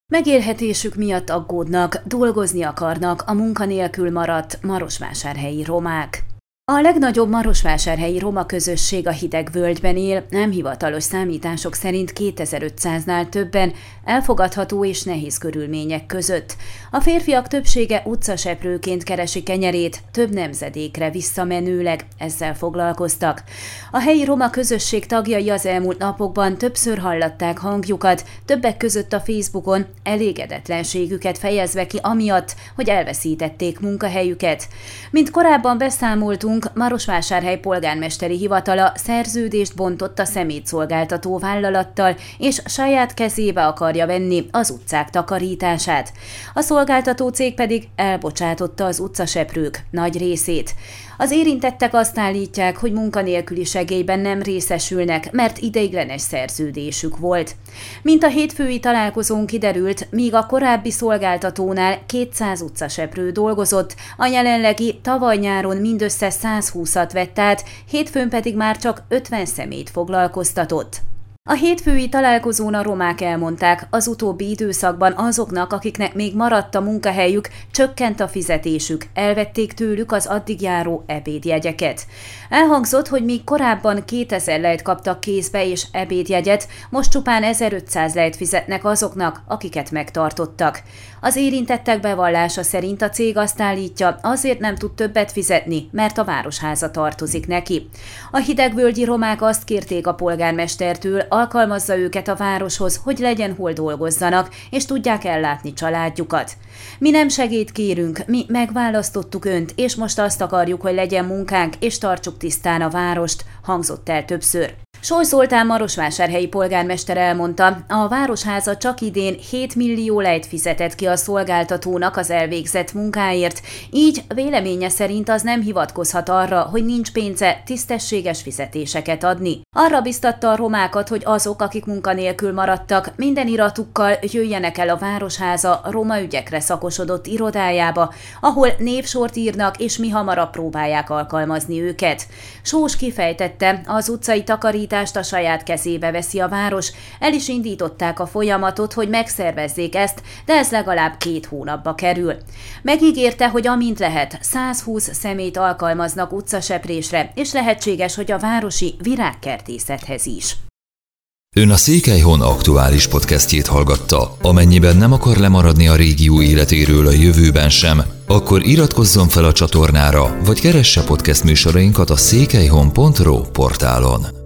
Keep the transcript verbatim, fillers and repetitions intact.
Megélhetésük miatt aggódnak, dolgozni akarnak a munkanélkül maradt marosvásárhelyi romák. A legnagyobb marosvásárhelyi roma közösség a Hidegvölgyben él, nem hivatalos számítások szerint kétezer-ötszáznál többen, elfogadható és nehéz körülmények között. A férfiak többsége utcaseprőként keresi kenyerét, több nemzedékre visszamenőleg ezzel foglalkoztak. A helyi roma közösség tagjai az elmúlt napokban többször hallatták hangjukat, többek között a Facebookon elégedetlenségüket fejezve ki amiatt, hogy elveszítették munkahelyüket. Mint korábban beszámoltunk, Marosvásárhely polgármesteri hivatala szerződést bontott a szemétszolgáltató vállalattal, és saját kezébe akarja venni az utcák takarítását. A szolgáltató cég pedig elbocsátotta az utcaseprők nagy részét. Az érintettek azt állítják, hogy munkanélküli segélyben nem részesülnek, mert ideiglenes szerződésük volt. Mint a hétfői találkozón kiderült, míg a korábbi szolgáltatónál kétszáz utcaseprő dolgozott, a jelenlegi tavaly nyáron mindössze százhúszat vett át, hétfőn pedig már csak ötven személyt foglalkoztatott. A hétfői találkozón a romák elmondták, az utóbbi időszakban azoknak, akiknek még maradt a munkahelyük, csökkent a fizetésük, elvették tőlük az addig járó ebédjegyeket. Elhangzott, hogy míg korábban kétezer lejt kaptak kézbe és ebédjegyet, most csupán ezerötszáz lejt fizetnek azoknak, akiket megtartottak. Az érintettek bevallása szerint a cég azt állítja, azért nem tud többet fizetni, mert a városháza tartozik neki. A hidegvölgyi romák azt kérték a polgármestertől, alkalmazza őket a városhoz, hogy legyen hol dolgozzanak, és tudják ellátni családjukat. Mi nem segélyt kérünk, mi megválasztottuk önt, és most azt akarjuk, hogy legyen munkánk, és tartsuk tisztán a várost, hangzott el többször. Sós Zoltán marosvásárhelyi polgármester elmondta, a városháza csak idén hét millió lejt fizetett ki a szolgáltatónak az elvégzett munkáért, így véleménye szerint az nem hivatkozhat arra, hogy nincs pénze tisztességes fizetéseket adni. Arra biztatta a romákat, hogy azok, akik munkanélkül maradtak, minden iratukkal jöjjenek el a városháza roma ügyekre szakosodott irodájába, ahol névsort írnak és mi hamarabb próbálják alkalmazni őket. Sós kifejtette, az utcai takarítás a saját kezébe veszi a város, el is indították a folyamatot, hogy megszervezzék ezt, de ez legalább két hónapba kerül. Megígérte, hogy amint lehet, százhúsz személyt alkalmaznak utcaseprésre, és lehetséges, hogy a városi virágkertészethez is. Ön a Székelyhon aktuális podcastjét hallgatta. Amennyiben nem akar lemaradni a régió életéről a jövőben sem, akkor iratkozzon fel a csatornára, vagy keresse podcast műsorainkat a székelyhon pont ro portálon.